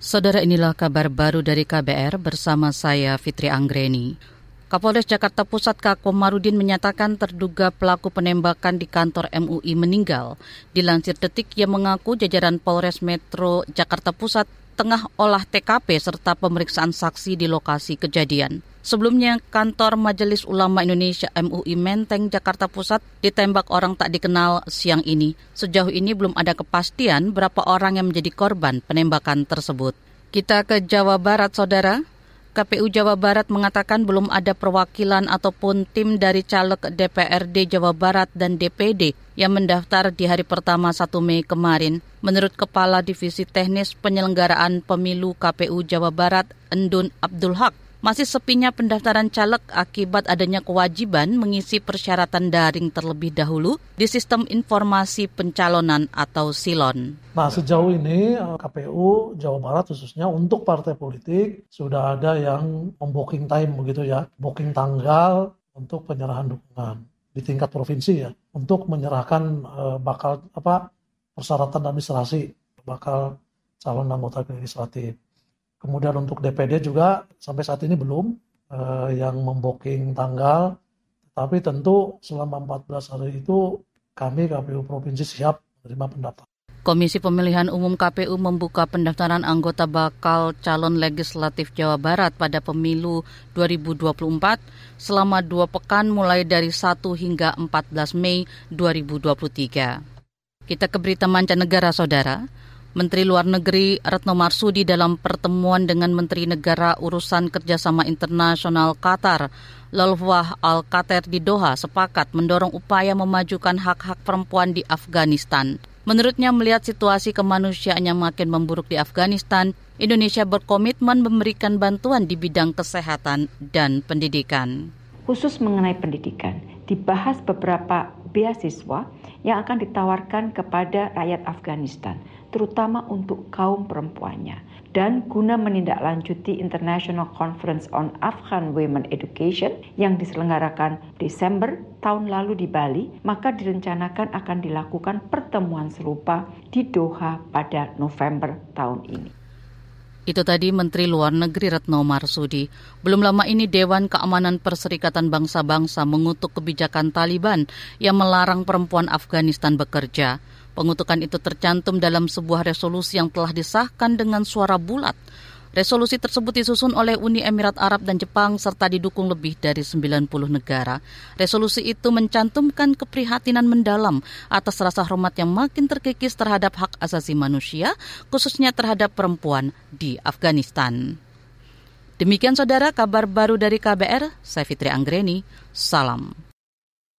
Saudara, inilah kabar baru dari KBR bersama saya Fitri Anggreni. Kapolres Jakarta Pusat Komarudin menyatakan terduga pelaku penembakan di kantor MUI meninggal. Dilansir Detik, ia mengaku jajaran Polres Metro Jakarta Pusat tengah olah TKP serta pemeriksaan saksi di lokasi kejadian. Sebelumnya, kantor Majelis Ulama Indonesia MUI Menteng Jakarta Pusat ditembak orang tak dikenal siang ini. Sejauh ini belum ada kepastian berapa orang yang menjadi korban penembakan tersebut. Kita ke Jawa Barat, Saudara. KPU Jawa Barat mengatakan belum ada perwakilan ataupun tim dari caleg DPRD Jawa Barat dan DPD yang mendaftar di hari pertama 1 Mei kemarin. Menurut Kepala Divisi Teknis Penyelenggaraan Pemilu KPU Jawa Barat, Endun Abdul Haq, masih sepinya pendaftaran caleg akibat adanya kewajiban mengisi persyaratan daring terlebih dahulu di Sistem Informasi Pencalonan atau SILON. Nah, sejauh ini KPU Jawa Barat khususnya untuk partai politik sudah ada yang membooking time begitu ya, booking tanggal untuk penyerahan dukungan di tingkat provinsi ya, untuk menyerahkan persyaratan administrasi bakal calon anggota legislatif. Kemudian untuk DPD juga sampai saat ini belum yang membooking tanggal, tapi tentu selama 14 hari itu kami KPU Provinsi siap menerima pendaftaran. Komisi Pemilihan Umum KPU membuka pendaftaran anggota bakal calon legislatif Jawa Barat pada pemilu 2024 selama 2 pekan mulai dari 1 hingga 14 Mei 2023. Kita ke berita mancanegara, Saudara. Menteri Luar Negeri Retno Marsudi dalam pertemuan dengan Menteri Negara Urusan Kerjasama Internasional Qatar, Lalwah Al-Qatar di Doha sepakat mendorong upaya memajukan hak-hak perempuan di Afghanistan. Menurutnya, melihat situasi kemanusiaan yang makin memburuk di Afghanistan, Indonesia berkomitmen memberikan bantuan di bidang kesehatan dan pendidikan. Khusus mengenai pendidikan, dibahas beberapa beasiswa yang akan ditawarkan kepada rakyat Afghanistan, terutama untuk kaum perempuannya. Dan guna menindaklanjuti International Conference on Afghan Women Education yang diselenggarakan Desember tahun lalu di Bali, maka direncanakan akan dilakukan pertemuan serupa di Doha pada November tahun ini. Itu tadi Menteri Luar Negeri Retno Marsudi. Belum lama ini Dewan Keamanan Perserikatan Bangsa-Bangsa mengutuk kebijakan Taliban yang melarang perempuan Afghanistan bekerja. Pengutukan itu tercantum dalam sebuah resolusi yang telah disahkan dengan suara bulat. Resolusi tersebut disusun oleh Uni Emirat Arab dan Jepang serta didukung lebih dari 90 negara. Resolusi itu mencantumkan keprihatinan mendalam atas rasa hormat yang makin terkikis terhadap hak asasi manusia, khususnya terhadap perempuan di Afghanistan. Demikian, Saudara, kabar baru dari KBR. Saya Fitri Anggreni. Salam.